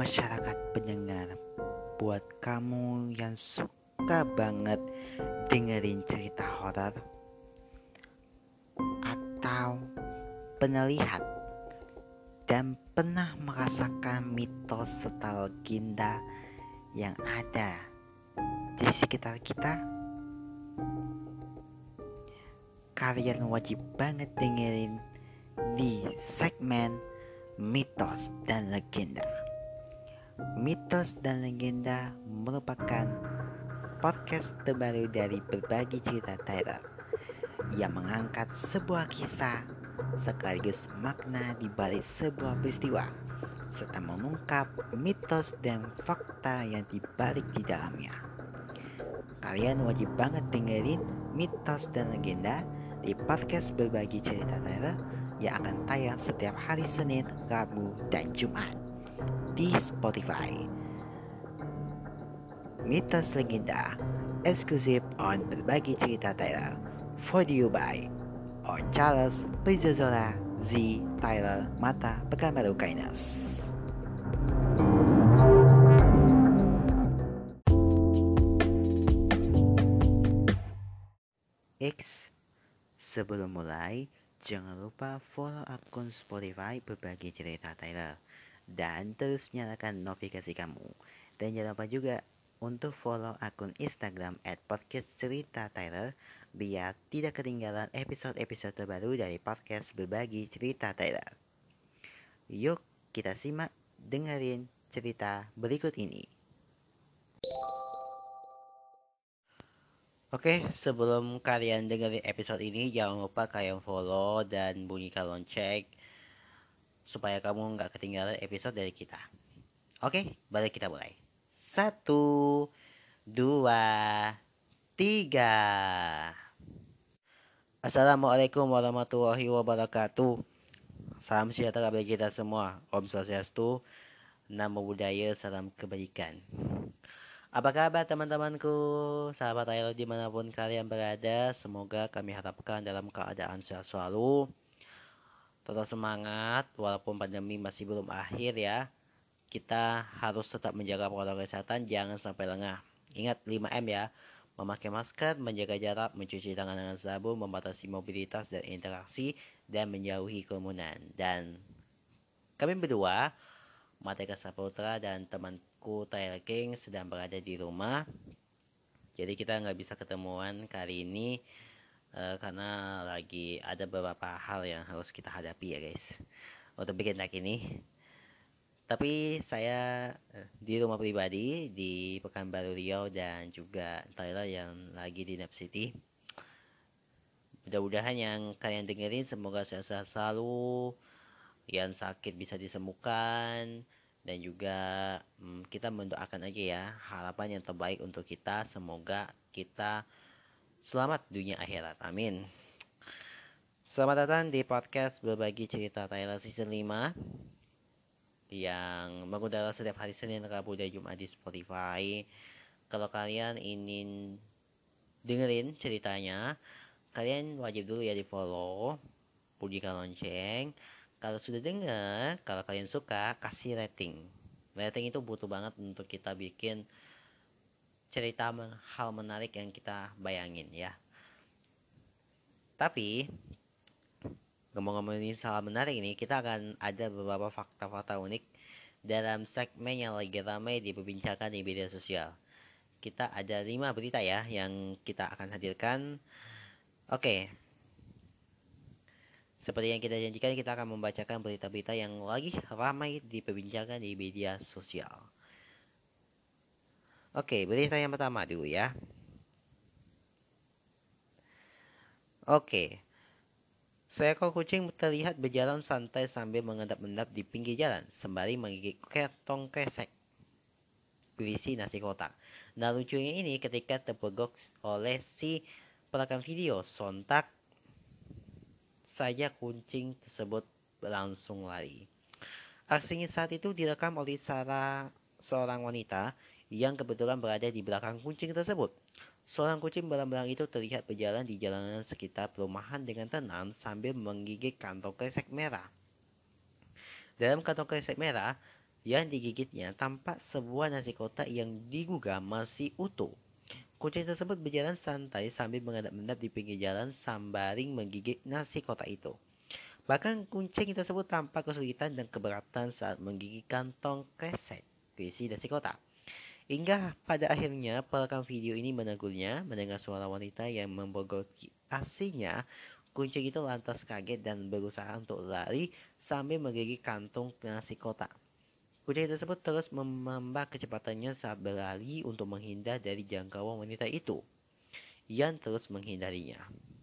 masyarakat pendengar, buat kamu yang suka banget dengerin cerita horor atau pernah lihat dan pernah merasakan mitos serta legenda yang ada di sekitar kita, kalian wajib banget dengerin di segmen Mitos dan Legenda. Mitos dan Legenda merupakan podcast terbaru dari berbagi cerita Tyler yang mengangkat sebuah kisah sekaligus makna di balik sebuah peristiwa serta mengungkap mitos dan fakta yang dibalik di dalamnya. Kalian wajib banget dengerin Mitos dan Legenda di podcast berbagi cerita Tyler yang akan tayang setiap hari Senin, Rabu, dan Jumat di Spotify. Mitos Legenda eksklusif on berbagi cerita Tyler, for you by or Charles Prizozola Z. Tyler Mata Pekanbaru Kainas. X. Sebelum mulai, jangan lupa follow akun Spotify berbagi cerita Tyler dan terus nyalakan notifikasi kamu. Dan jangan lupa juga untuk follow akun Instagram @podcastcerita_Tyler biar tidak ketinggalan episode-episode terbaru dari podcast berbagi cerita Tyler. Yuk kita simak dengerin cerita berikut ini. Oke, sebelum kalian dengerin episode ini, jangan lupa kalian follow dan bunyikan lonceng supaya kamu nggak ketinggalan episode dari kita. Oke, balik kita mulai. 1, 2, 3. Assalamualaikum warahmatullahi wabarakatuh. Salam sejahtera bagi kita semua. Om Swastiastu, Namo Buddhaya, salam kebaikan. Apa kabar teman-temanku, sahabat Tyler dimanapun kalian berada. Semoga kami harapkan dalam keadaan sehat selalu. Tetap semangat walaupun pandemi masih belum akhir ya. Kita harus tetap menjaga protokol kesehatan, jangan sampai lengah. Ingat 5M ya. Memakai masker, menjaga jarak, mencuci tangan dengan sabun, membatasi mobilitas dan interaksi, dan menjauhi kerumunan. Dan kami berdua, Merdeka Saputra dan temanku Tyler King sedang berada di rumah. Jadi kita nggak bisa ketemuan kali ini karena lagi ada beberapa hal yang harus kita hadapi ya guys untuk bikin tag ini. Tapi saya di rumah pribadi di Pekanbaru Riau dan juga Tyler yang lagi di Nep City. Mudah-mudahan yang kalian dengerin semoga sehat-sehat selalu, yang sakit bisa disembuhkan, dan juga kita mendoakan aja ya harapan yang terbaik untuk kita. Semoga kita selamat dunia akhirat, amin. Selamat datang di podcast berbagi cerita Tyler season 5 yang mengudara setiap hari Senin, Rabu, dan Jumat di Spotify. Kalau kalian ingin dengerin ceritanya, kalian wajib dulu ya di follow, bunyikan lonceng. Kalau sudah dengar, kalau kalian suka, kasih rating. Rating itu butuh banget untuk kita bikin cerita hal menarik yang kita bayangin ya. Tapi ngomong-ngomongin soal menarik ini, kita akan ada beberapa fakta-fakta unik dalam segmen yang lagi ramai diperbincangkan di media sosial. Kita ada 5 berita ya yang kita akan hadirkan. Oke. Seperti yang kita janjikan, kita akan membacakan berita-berita yang lagi ramai diperbincangkan di media sosial. Oke, berita yang pertama dulu ya. Oke. Seekor kucing terlihat berjalan santai sambil mengendap-endap di pinggir jalan, sembari menggigit kantong kresek berisi nasi kotak. Nah, lucunya ini ketika terpergok oleh si perekam video, sontak saja kucing tersebut langsung lari. Aksinya saat itu direkam oleh seorang wanita yang kebetulan berada di belakang kucing tersebut. Seorang kucing belang-belang itu terlihat berjalan di jalanan sekitar perumahan dengan tenang sambil menggigit kantong kresek merah. Dalam kantong kresek merah Yang digigitnya tampak sebuah nasi kotak yang diduga masih utuh. Kucing tersebut berjalan santai sambil mengendap-endap di pinggir jalan sambaring menggigit nasi kotak itu. Bahkan kucing tersebut tampak kesulitan dan keberatan saat menggigit kantong kresek berisi nasi kotak. Hingga pada akhirnya perekam video ini menegurnya, mendengar suara wanita yang membogoti asinya. Kucing itu lantas kaget dan berusaha untuk lari sambil menggigit kantung nasi kotak. Kucing tersebut terus menambah kecepatannya saat berlari untuk menghindar dari jangkauan wanita itu yang terus menghindarinya.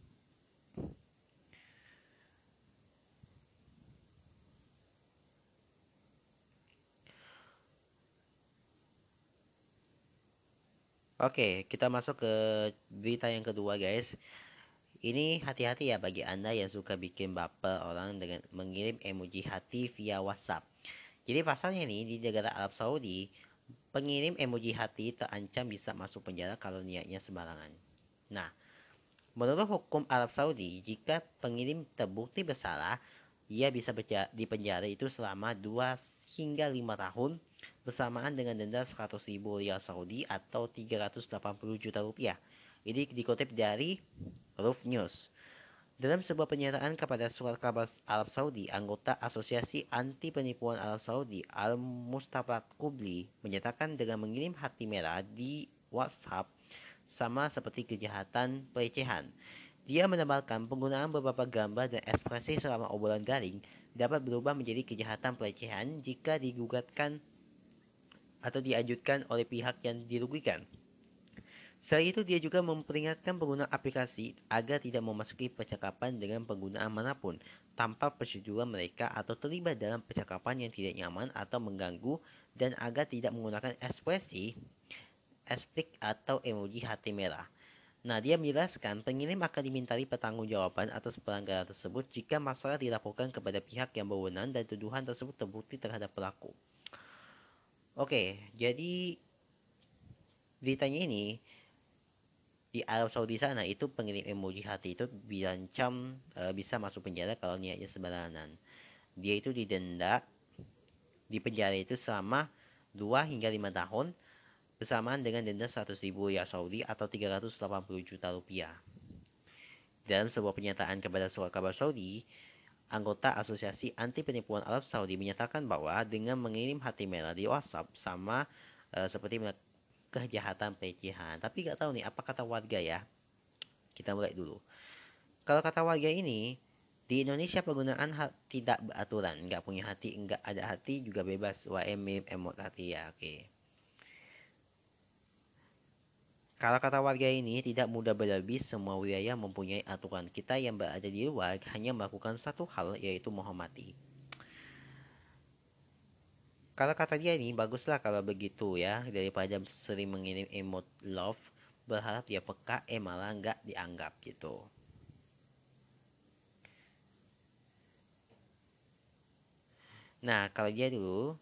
Oke, kita masuk ke berita yang kedua, guys. Ini hati-hati ya bagi Anda yang suka bikin baper orang dengan mengirim emoji hati via WhatsApp. Jadi pasalnya nih, di negara Arab Saudi, pengirim emoji hati terancam bisa masuk penjara kalau niatnya sembarangan. Nah, menurut hukum Arab Saudi, jika pengirim terbukti bersalah, ia bisa dipenjara itu selama 2 hingga 5 tahun bersamaan dengan denda 100.000 rial Saudi atau 380 juta rupiah. Ini dikutip dari Roof News. Dalam sebuah pernyataan kepada surat kabar Arab Saudi, anggota Asosiasi Anti Penipuan Arab Saudi, Al-Mustafa Kubli, menyatakan dengan mengirim hati merah di WhatsApp sama seperti kejahatan pelecehan. Dia menambahkan penggunaan beberapa gambar dan ekspresi selama obrolan daring dapat berubah menjadi kejahatan pelecehan jika digugatkan atau diajukan oleh pihak yang dirugikan. Selain itu, dia juga memperingatkan pengguna aplikasi agar tidak memasuki percakapan dengan penggunaan manapun tanpa persetujuan mereka atau terlibat dalam percakapan yang tidak nyaman atau mengganggu dan agar tidak menggunakan ekspresi, stick atau emoji hati merah. Nah, dia menjelaskan pengirim akan dimintai pertanggungjawaban atas pelanggaran tersebut jika masalah dilaporkan kepada pihak yang berwenang dan tuduhan tersebut terbukti terhadap pelaku. Oke, jadi beritanya ini di Arab Saudi sana itu pengirim emoji hati itu diancam bisa masuk penjara kalau niatnya sembarangan. Dia itu didenda di penjara itu selama 2 hingga 5 tahun bersamaan dengan denda 100.000 rial Saudi atau 380 juta rupiah. Dalam sebuah pernyataan kepada surat kabar Saudi, anggota Asosiasi Anti Penipuan Arab Saudi menyatakan bahwa dengan mengirim hati merah di WhatsApp sama seperti kejahatan pelecehan. Tapi nggak tahu nih apa kata warga ya. Kita mulai dulu. Kalau kata warga ini, di Indonesia penggunaan tidak beraturan, nggak punya hati, nggak ada hati juga bebas. WM emot hati ya, oke. Kalau kata warga ini tidak mudah berlebih, semua wilayah mempunyai aturan. Kita yang berada di luar hanya melakukan satu hal, yaitu menghormati. Kalau kata dia ini, baguslah kalau begitu ya, daripada sering mengirim emot love, berharap dia peka, malah nggak dianggap gitu. Nah, kalau dia dulu,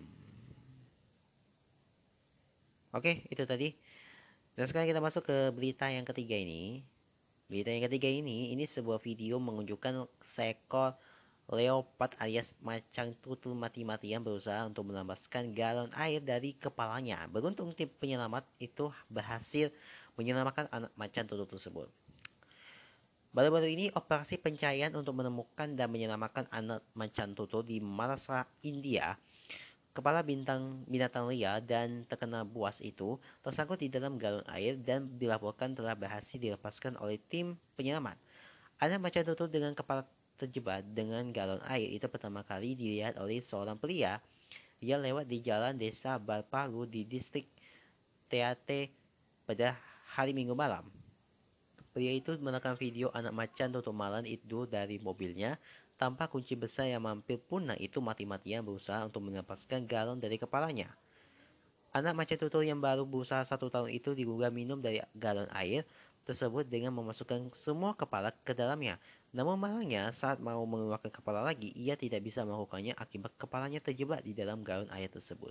oke, itu tadi. Dan sekarang kita masuk ke berita yang ketiga ini. Berita yang ketiga ini sebuah video menunjukkan seekor leopard alias macan tutul mati-matian berusaha untuk melambaskan galon air dari kepalanya. Beruntung tim penyelamat itu berhasil menyelamatkan anak macan tutul tersebut. Baru-baru ini operasi pencarian untuk menemukan dan menyelamatkan anak macan tutul di Maharashtra, India. Kepala binatang liar dan terkena buas itu tersangkut di dalam galon air dan dilaporkan telah berhasil dilepaskan oleh tim penyelamat. Anak macan tutul dengan kepala terjebak dengan galon air itu pertama kali dilihat oleh seorang pria yang lewat di jalan desa Balparu di distrik Teate pada hari Minggu malam. Pria itu merekam video anak macan tutul malam itu dari mobilnya tanpa kunci besar yang mampir punah itu mati-matian berusaha untuk melepaskan galon dari kepalanya. Anak macan tutul yang baru berusaha 1 tahun itu diduga minum dari galon air tersebut dengan memasukkan semua kepala ke dalamnya. Namun malangnya saat mau mengeluarkan kepala lagi, ia tidak bisa melakukannya akibat kepalanya terjebak di dalam galon air tersebut.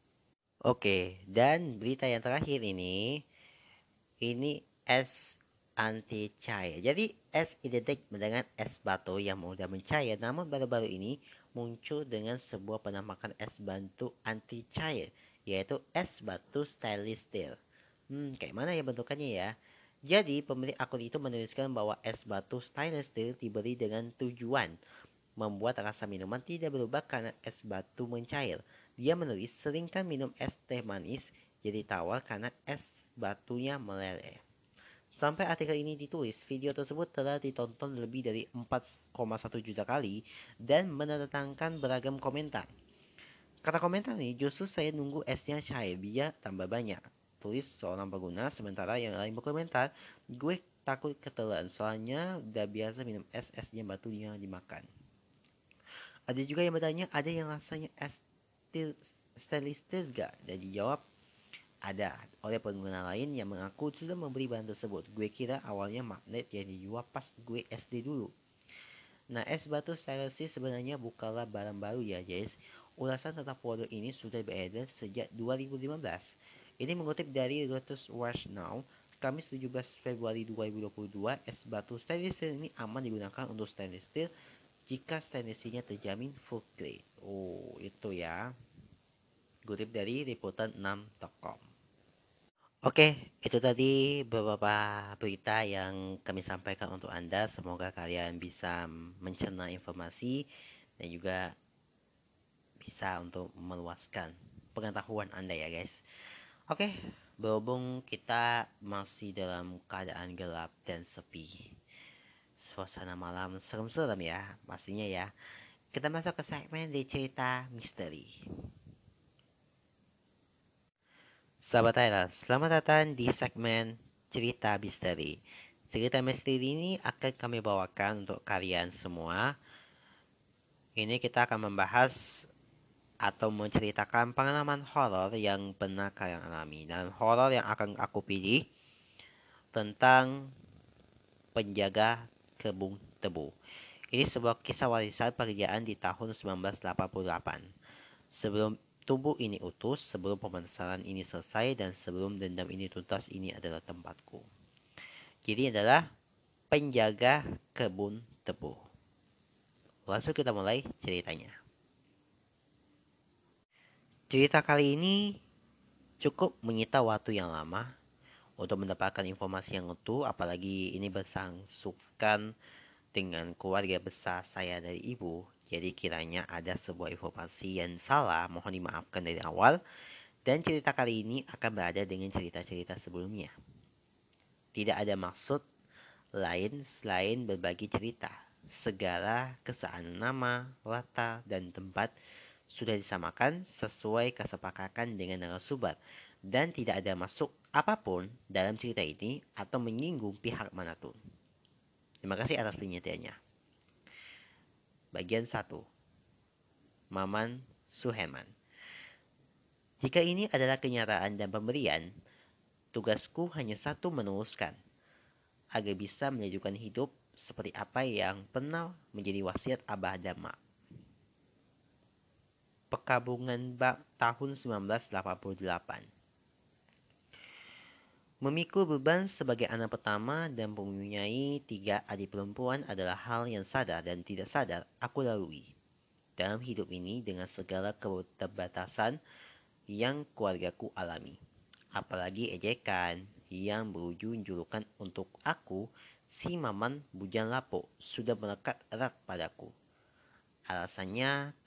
Oke, dan berita yang terakhir ini S anti cair. Jadi es identik dengan es batu yang mudah mencair, namun baru-baru ini muncul dengan sebuah penampakan es batu anti cair, yaitu es batu stainless steel. Kayak mana ya bentukannya ya? Jadi pemilik akun itu menuliskan bahwa es batu stainless steel diberi dengan tujuan membuat rasa minuman tidak berubah karena es batu mencair. Dia menulis, seringkan minum es teh manis jadi tawar karena es batunya meleleh. Sampai artikel ini ditulis, video tersebut telah ditonton lebih dari 4,1 juta kali dan mendatangkan beragam komentar. Kata komentar nih, justru saya nunggu esnya cair biar tambah banyak. Tulis seorang pengguna, sementara yang lain berkomentar, gue takut ketelan soalnya udah biasa minum es-esnya batunya dimakan. Ada juga yang bertanya, ada yang rasanya es stainless steel gak? Dan dijawab, ada oleh pengguna lain yang mengaku sudah membeli bahan tersebut. Gue kira awalnya magnet yang dijual pas gue SD dulu. Nah, es batu stainless steel sebenarnya bukanlah barang baru ya, guys. Ulasan tentang produk ini sudah beredar sejak 2015. Ini mengutip dari Reuters Watch Now, Kamis 17 Februari 2022, es batu stainless steel ini aman digunakan untuk stainless steel jika stainless steelnya terjamin full grade. Oh, itu ya. Kutip dari liputan6.com. Oke, itu tadi beberapa berita yang kami sampaikan untuk Anda. Semoga kalian bisa mencerna informasi dan juga bisa untuk meluaskan pengetahuan Anda ya guys. Oke, berhubung kita masih dalam keadaan gelap dan sepi, suasana malam serem-serem ya pastinya ya. Kita masuk ke segmen di cerita misteri. Sahabat Thailand, selamat datang di segmen cerita misteri. Cerita misteri ini akan kami bawakan untuk kalian semua. Ini kita akan membahas atau menceritakan pengalaman horor yang pernah kalian alami. Dan horor yang akan aku pilih tentang penjaga kebun tebu. Ini sebuah kisah warisan pekerjaan di tahun 1988. Sebelum tubuh ini utuh, sebelum pembesaran ini selesai, dan sebelum dendam ini tuntas, ini adalah tempatku. Jadi adalah penjaga kebun tebu. Langsung kita mulai ceritanya. Cerita kali ini cukup menyita waktu yang lama untuk mendapatkan informasi yang utuh, apalagi ini bersangkutan dengan keluarga besar saya dari ibu. Jadi kiranya ada sebuah informasi yang salah, mohon dimaafkan dari awal. Dan cerita kali ini akan berada dengan cerita-cerita sebelumnya. Tidak ada maksud lain selain berbagi cerita. Segala kesamaan nama, latar, dan tempat sudah disamakan sesuai kesepakatan dengan narasumber. Dan tidak ada masuk apapun dalam cerita ini atau menyinggung pihak manapun. Terima kasih atas pengertiannya. Bagian 1. Maman Suherman. Jika ini adalah kenyataan dan pemberian, tugasku hanya satu, meneruskan agar bisa melanjutkan hidup seperti apa yang pernah menjadi wasiat Abah dan Mak. Perkabungan tahun 1988. Memikul beban sebagai anak pertama dan mempunyai 3 adik perempuan adalah hal yang sadar dan tidak sadar aku lalui dalam hidup ini dengan segala keterbatasan yang keluargaku alami. Apalagi ejekan yang berujung julukan untuk aku, si Maman Bujang Lapuk, sudah melekat erat padaku. Alasannya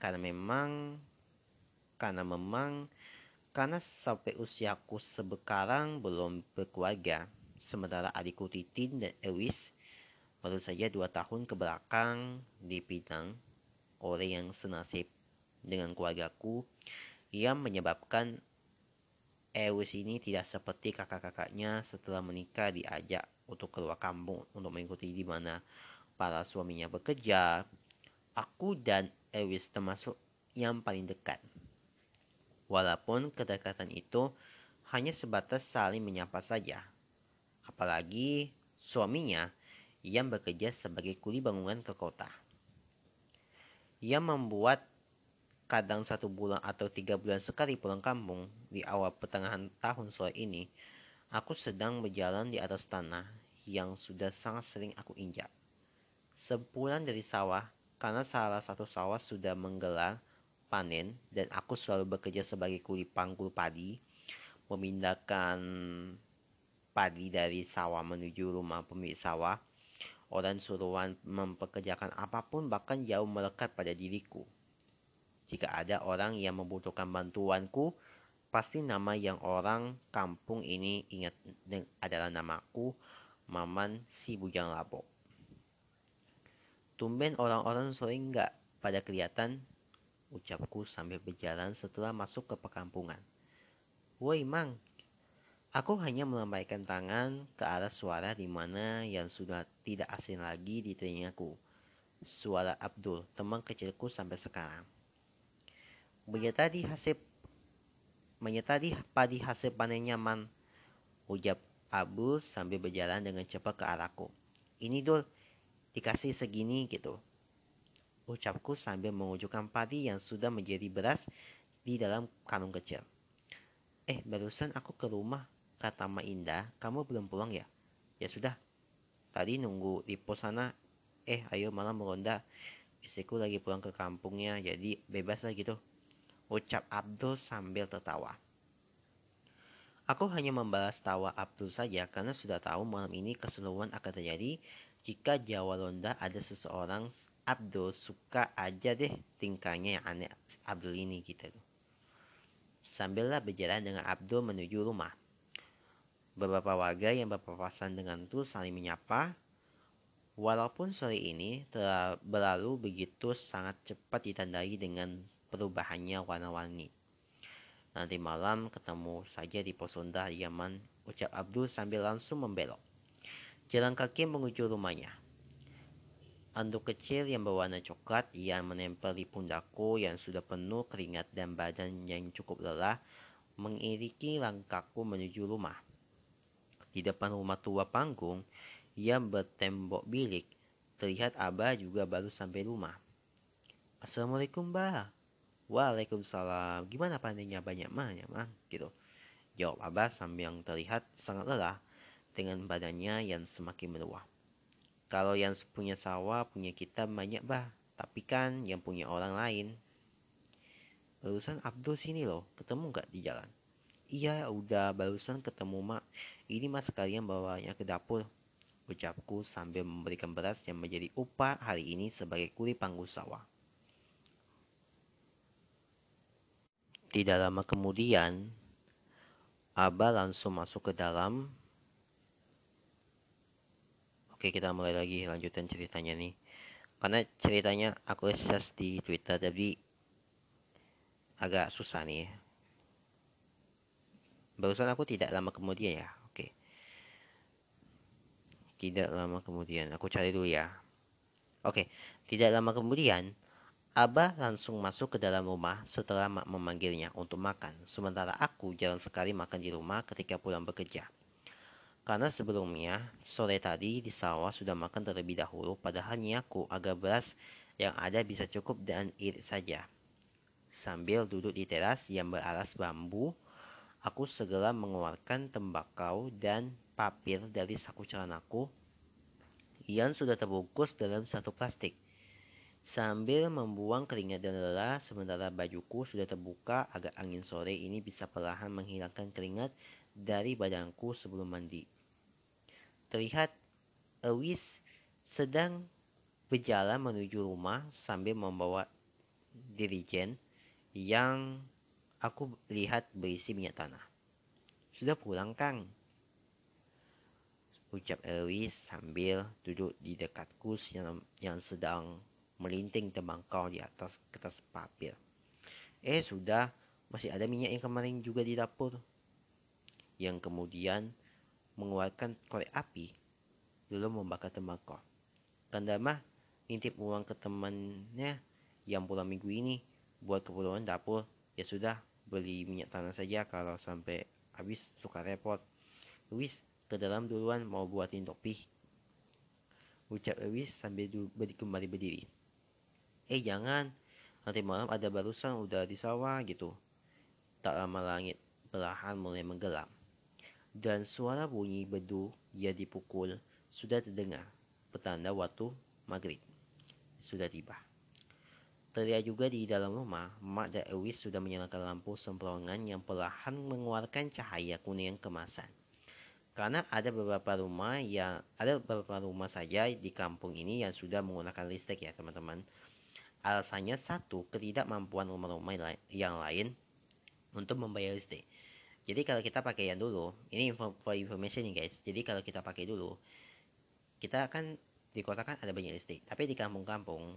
karena sampai usiaku sekarang belum berkeluarga, sementara adikku Titin dan Elvis baru saja 2 tahun ke belakang dipinang oleh yang senasib dengan keluargaku, yang menyebabkan Elvis ini tidak seperti kakak-kakaknya setelah menikah diajak untuk keluar kampung untuk mengikuti di mana para suaminya bekerja. Aku dan Elvis termasuk yang paling dekat. Walaupun kedekatan itu hanya sebatas saling menyapa saja. Apalagi suaminya yang bekerja sebagai kuli bangunan ke kota. Yang membuat kadang 1 bulan atau 3 bulan sekali pulang kampung. Di awal pertengahan tahun sore ini, aku sedang berjalan di atas tanah yang sudah sangat sering aku injak. Sepulang dari sawah, karena salah satu sawah sudah menggelar panen dan aku selalu bekerja sebagai kuli panggul padi, memindahkan padi dari sawah menuju rumah pemilik sawah. Orang suruhan mempekerjakan apapun bahkan jauh melekat pada diriku. Jika ada orang yang membutuhkan bantuanku, pasti nama yang orang kampung ini ingat adalah namaku, Maman si Bujang Lapok. Tumben orang-orang sering nggak pada kelihatan, ucapku sambil berjalan setelah masuk ke perkampungan. Woi Mang, aku hanya melambaikan tangan ke arah suara di mana yang sudah tidak asing lagi di telingaku. Suara Abdul, teman kecilku sampai sekarang. Menyetadi padi hasil panennya Man, ujar Abdul sambil berjalan dengan cepat ke arahku. Ini Dul, dikasih segini gitu, ucapku sambil menunjukkan padi yang sudah menjadi beras di dalam karung kecil. Barusan aku ke rumah, kata Ma Indah, kamu belum pulang ya? Ya sudah, tadi nunggu di pos sana. Ayo malam meronda. Istriku lagi pulang ke kampungnya, jadi bebas lah gitu, ucap Abdul sambil tertawa. Aku hanya membalas tawa Abdul saja karena sudah tahu malam ini keseruan akan terjadi. Jika Jawa Ronda ada seseorang, Abdul suka aja deh tingkahnya yang aneh Abdul ini gitu. Sambillah berjalan dengan Abdul menuju rumah. Beberapa warga yang berpapasan denganku saling menyapa. Walaupun sore ini telah berlalu begitu sangat cepat ditandai dengan perubahannya warna-warni. Nanti malam ketemu saja di pos ronda Yaman, ucap Abdul sambil langsung membelok. Jalan kaki menuju rumahnya. Anduk kecil yang berwarna coklat yang menempel di pundakku yang sudah penuh keringat dan badan yang cukup lelah mengiringi langkahku menuju rumah. Di depan rumah tua panggung yang bertembok bilik, terlihat Abah juga baru sampai rumah. Assalamualaikum, Bah. Waalaikumsalam. Gimana panennya banyak mah ya, Mang? Gitu. Jawab Abah sambil yang terlihat sangat lelah dengan badannya yang semakin meluah. Kalau yang punya sawah punya kita banyak, Bah. Tapi kan yang punya orang lain. Barusan Abdul sini loh, ketemu gak di jalan? Iya, udah barusan ketemu Mak. Ini Mas sekalian bawanya ke dapur, ucapku sambil memberikan beras yang menjadi upah hari ini sebagai kuli panggul sawah. Tidak lama kemudian, Abah langsung masuk ke dalam. Oke, kita mulai lagi lanjutan ceritanya nih. Karena ceritanya aku share di Twitter, tapi agak susah nih. Barusan aku tidak lama kemudian ya. Oke. Tidak lama kemudian, aku cari dulu ya. Oke, tidak lama kemudian, Abah langsung masuk ke dalam rumah setelah Mak memanggilnya untuk makan. Sementara aku jarang sekali makan di rumah ketika pulang bekerja. Karena sebelumnya, sore tadi di sawah sudah makan terlebih dahulu, padahal niatku agar beras yang ada bisa cukup dan irit saja. Sambil duduk di teras yang beralas bambu, aku segera mengeluarkan tembakau dan papir dari saku celanaku yang sudah terbungkus dalam satu plastik. Sambil membuang keringat dan lelah, sementara bajuku sudah terbuka agar angin sore ini bisa perlahan menghilangkan keringat dari badanku sebelum mandi. Terlihat Ewis sedang berjalan menuju rumah sambil membawa dirijen yang aku lihat berisi minyak tanah. Sudah pulang, Kang, ucap Ewis sambil duduk di dekatku yang sedang melinting tembakau di atas kertas papir. Sudah, masih ada minyak yang kemarin juga di dapur. Yang kemudian mengeluarkan korek api lalu membakar tembakau. Kanda mah intip uang ke temannya yang pulang minggu ini buat keperluan dapur. Ya sudah, beli minyak tanah saja, kalau sampai habis suka repot. Ewis ke dalam duluan, mau buatin topi, ucap Ewis sambil kembali berdiri. Jangan, nanti malam ada barusan udah di sawah gitu. Tak lama langit perlahan mulai menggelap, dan suara bunyi bedu ia dipukul sudah terdengar, petanda waktu maghrib sudah tiba. Terlihat juga di dalam rumah, Mak dan Ewis sudah menyalakan lampu sempronan yang perlahan mengeluarkan cahaya kuning kemasan. Karena ada beberapa rumah saja di kampung ini yang sudah menggunakan listrik ya teman-teman. Alasannya satu, ketidakmampuan rumah-rumah yang lain untuk membayar listrik. Jadi kalau kita pakai yang dulu, ini for information nih guys. Jadi kalau kita pakai dulu, kita kan di kota kan ada banyak listrik. Tapi di kampung-kampung,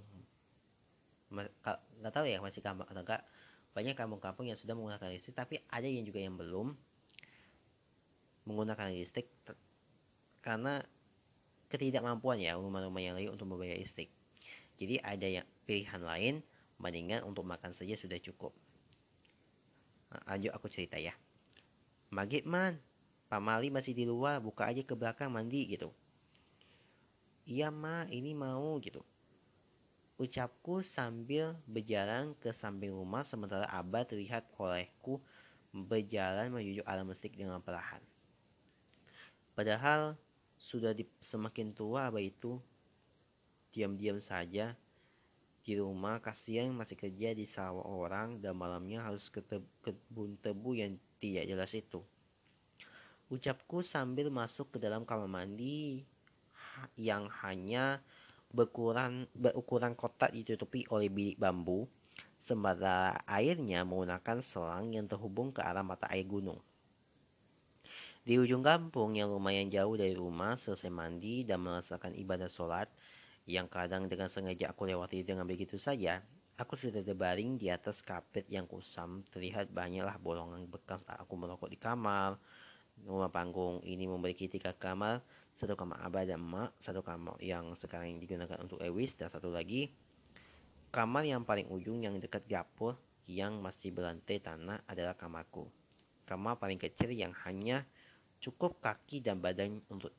nggak tahu ya masih kampung atau enggak, banyak kampung-kampung yang sudah menggunakan listrik, tapi ada yang juga yang belum menggunakan listrik karena ketidakmampuan ya rumah-rumah yang lain untuk membayar listrik. Jadi ada yang pilihan lain, mendingan untuk makan saja sudah cukup. Nah, lanjut aku cerita ya. Maghrib man, Pak Mali masih di luar, buka aja ke belakang mandi gitu. Iya ma, ini mau gitu. Ucapku sambil berjalan ke samping rumah sementara Abah terlihat olehku berjalan menuju arah masjid dengan perlahan. Padahal sudah semakin tua Abah itu diam-diam saja di rumah, kasihan masih kerja di sawah orang dan malamnya harus ke kebun tebu yang tidak jelas itu. Ucapku sambil masuk ke dalam kamar mandi yang hanya berukuran kotak ditutupi oleh bilik bambu, sementara airnya menggunakan selang yang terhubung ke arah mata air gunung. Di ujung kampung yang lumayan jauh dari rumah, selesai mandi dan melaksanakan ibadah sholat, yang kadang dengan sengaja aku lewati dengan begitu saja, aku sudah terbaring di atas kapet yang kusam. Terlihat banyaklah bolongan bekas aku merokok di kamar. Rumah panggung ini memiliki 3 kamar, satu kamar Abah dan Emak, satu kamar yang sekarang digunakan untuk Ewis, dan satu lagi kamar yang paling ujung yang dekat dapur yang masih berlantai tanah adalah kamarku. Kamar paling kecil yang hanya cukup kaki dan badan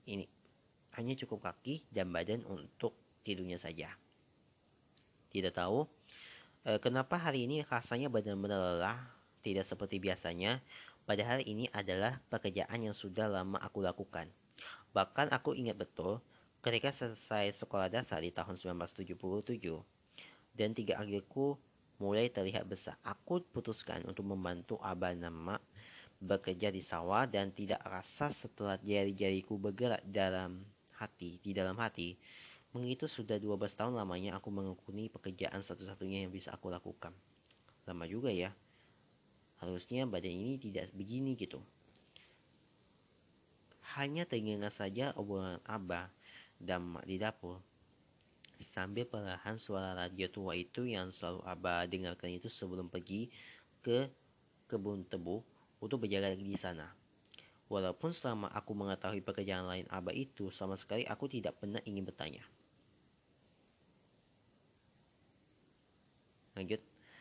untuk tidurnya saja. Tidak tahu kenapa hari ini rasanya benar-benar lelah, tidak seperti biasanya. Padahal ini adalah pekerjaan yang sudah lama aku lakukan. Bahkan aku ingat betul ketika selesai sekolah dasar di tahun 1977 dan 3 akhirku mulai terlihat besar. Aku putuskan untuk membantu Abah dan Mak bekerja di sawah dan tidak rasa setelah jari-jariku bergerak di dalam hati. Mengitu sudah 12 tahun lamanya aku mengekuni pekerjaan satu-satunya yang bisa aku lakukan. Lama juga ya. Harusnya badan ini tidak begini gitu. Hanya teringat saja obrolan Abah dan Mak di dapur. Sambil perlahan suara radio tua itu yang selalu Abah dengarkan itu sebelum pergi ke kebun tebu untuk berjaga di sana. Walaupun selama aku mengetahui pekerjaan lain Abah itu, sama sekali aku tidak pernah ingin bertanya. Lanjut.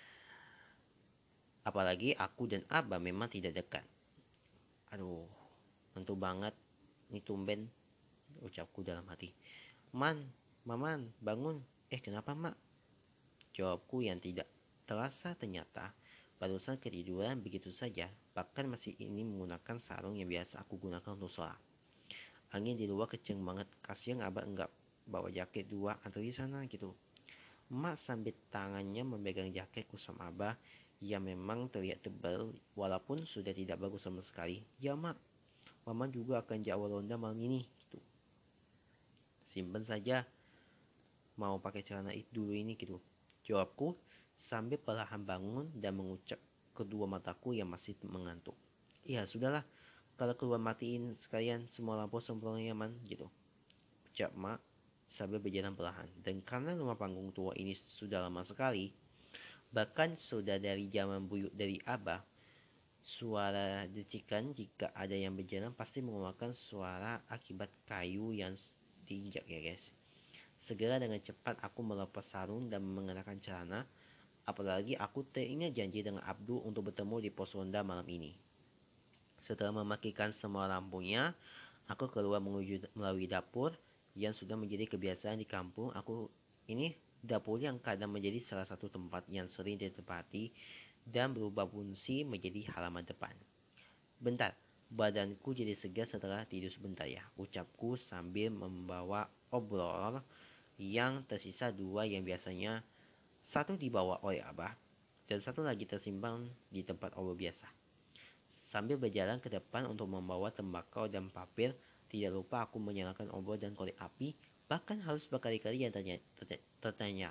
Apalagi aku dan Abah memang tidak dekat. Aduh, tentu banget. Ini tumben, ucapku dalam hati. Man, Maman, bangun. Kenapa mak? Jawabku yang tidak terasa ternyata barusan ketiduran begitu saja. Bahkan masih ini menggunakan sarung yang biasa aku gunakan untuk sholat. Angin di luar kenceng banget. Kasihan Abah enggak bawa jaket 2 atau di sana gitu. Mak sambil tangannya memegang jaket kusam Abah yang memang terlihat tebal walaupun sudah tidak bagus sama sekali. Ya mak, Mama juga akan Jawa Ronda malam ini gitu. Simpen saja, mau pakai celana itu dulu ini gitu. Jawabku sambil perlahan bangun dan mengucap kedua mataku yang masih mengantuk. Ya sudahlah, kalau keluar matiin sekalian semua lampu sempurna nyaman gitu. Ucap mak sambil berjalan perlahan. Dan karena rumah panggung tua ini sudah lama sekali, bahkan sudah dari zaman buyut dari Abah, suara decikan jika ada yang berjalan pasti mengeluarkan suara akibat kayu yang diinjak ya guys. Segera dengan cepat aku melepas sarung dan mengenakan celana. Apalagi aku teringat janji dengan Abdul untuk bertemu di pos ronda malam ini. Setelah mematikan semua lampunya, aku keluar melalui dapur yang sudah menjadi kebiasaan di kampung. Dapur yang kadang menjadi salah satu tempat yang sering ditempati dan berubah fungsi menjadi halaman depan. Bentar, Badanku jadi segar setelah tidur sebentar ya, ucapku sambil membawa obrol yang tersisa 2 yang biasanya 1 dibawa oleh Abah dan 1 lagi tersimpan di tempat obrol biasa. Sambil berjalan ke depan untuk membawa tembakau dan papir, tidak lupa aku menyalakan obor dan korek api, bahkan harus berkali-kali yang tertanya.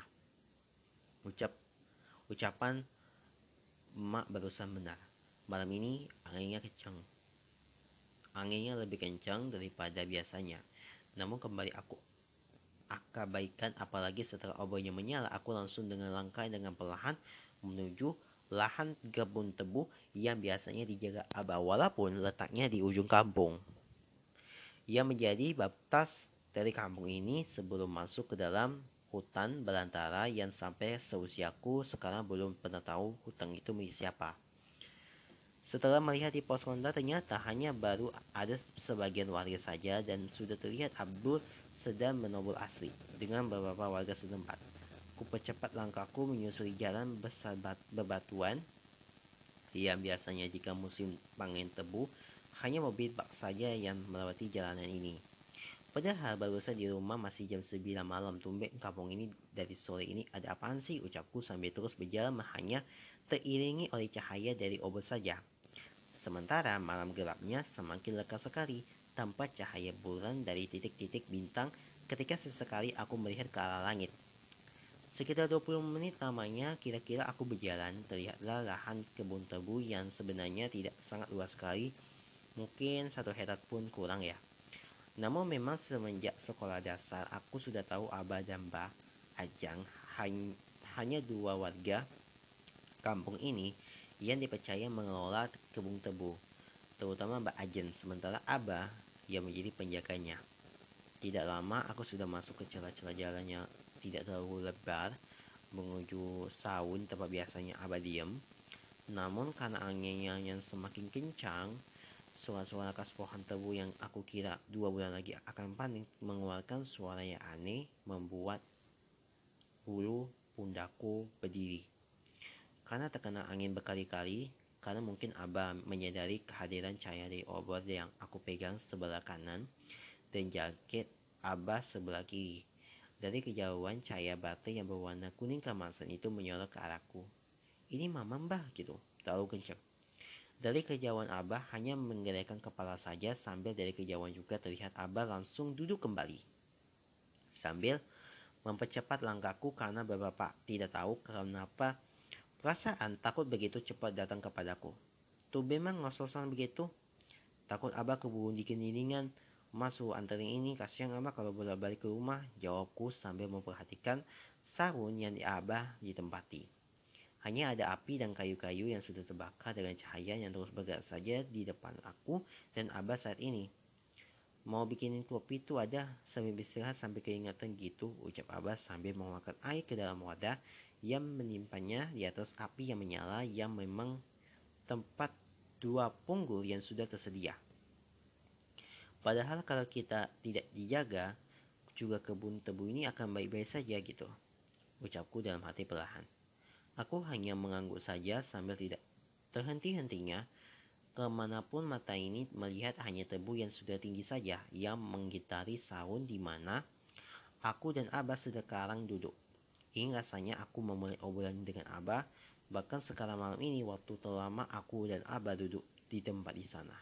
Ucapan emak barusan benar. Malam ini anginnya kencang. Anginnya lebih kencang daripada biasanya. Namun kembali aku abaikan, apalagi setelah obornya menyala, aku langsung dengan langkah dengan perlahan menuju lahan kebun tebu yang biasanya dijaga Abah walaupun letaknya di ujung kampung. Ia menjadi batas dari kampung ini sebelum masuk ke dalam hutan belantara yang sampai seusiaku sekarang belum pernah tahu hutan itu milik siapa. Setelah melihat di pos ronda, ternyata hanya baru ada sebagian warga saja dan sudah terlihat Abdul sedang menobol asli dengan beberapa warga setempat. Kupercepat langkahku menyusuri jalan besar bebatuan yang biasanya jika musim panen tebu hanya mobil bak saja yang melewati jalanan ini. Padahal barusan di rumah masih jam 9 malam. Tumben kampung ini dari sore ini ada apaan sih, ucapku sambil terus berjalan hanya teriringi oleh cahaya dari obor saja. Sementara malam gelapnya semakin lekas sekali tanpa cahaya bulan dari titik-titik bintang ketika sesekali aku melihat ke arah langit. Sekitar 20 menit lamanya kira-kira aku berjalan, terlihatlah lahan kebun tebu yang sebenarnya tidak sangat luas sekali, mungkin 1 hektar pun kurang ya. Namun memang semenjak sekolah dasar aku sudah tahu Abah dan Mbah Ajang hanya 2 warga kampung ini yang dipercaya mengelola kebun tebu, terutama Mbak Ajeng, sementara Abah yang menjadi penjaganya. Tidak lama aku sudah masuk ke celah-celah jalan yang tidak terlalu lebar menuju saung tempat biasanya Abah diam. Namun karena anginnya yang semakin kencang, suara-suara khas pohon tebu yang aku kira 2 bulan lagi akan panen mengeluarkan suara yang aneh membuat bulu pundakku berdiri. Karena terkena angin berkali-kali, karena mungkin Abah menyadari kehadiran cahaya dari obor yang aku pegang sebelah kanan dan jaket Abah sebelah kiri. Dari kejauhan cahaya baterai yang berwarna kuning keemasan itu menyorot ke arahku. Ini mama Mbah gitu, terlalu kencang. Dari kejauhan Abah hanya menggelengkan kepala saja sambil dari kejauhan juga terlihat Abah langsung duduk kembali. Sambil mempercepat langkahku karena beberapa tidak tahu kenapa perasaan takut begitu cepat datang kepadaku. Tuh memang ngos-ngosan begitu. Takut Abah keburu dikelilingan. Masuk anterin ini, kasihan Abah kalau bolak-balik ke rumah, jawabku sambil memperhatikan sarung yang Abah ditempati. Hanya ada api dan kayu-kayu yang sudah terbakar dengan cahaya yang terus bergerak saja di depan aku dan Abah saat ini. Mau bikinin kopi tuh ada, sambil beristirahat sambil keingatan gitu, ucap Abah sambil mengeluarkan air ke dalam wadah yang menimpannya di atas api yang menyala yang memang tempat 2 punggul yang sudah tersedia. Padahal kalau kita tidak dijaga, juga kebun tebu ini akan baik-baik saja gitu, ucapku dalam hati perlahan. Aku hanya mengangguk saja sambil tidak terhenti-hentinya kemanapun mata ini melihat hanya tebu yang sudah tinggi saja yang menggitari saung di mana aku dan Abah sekarang duduk. Ingin rasanya aku memulai obrolan dengan Abah, bahkan sekarang malam ini waktu terlama aku dan Abah duduk di tempat di sana.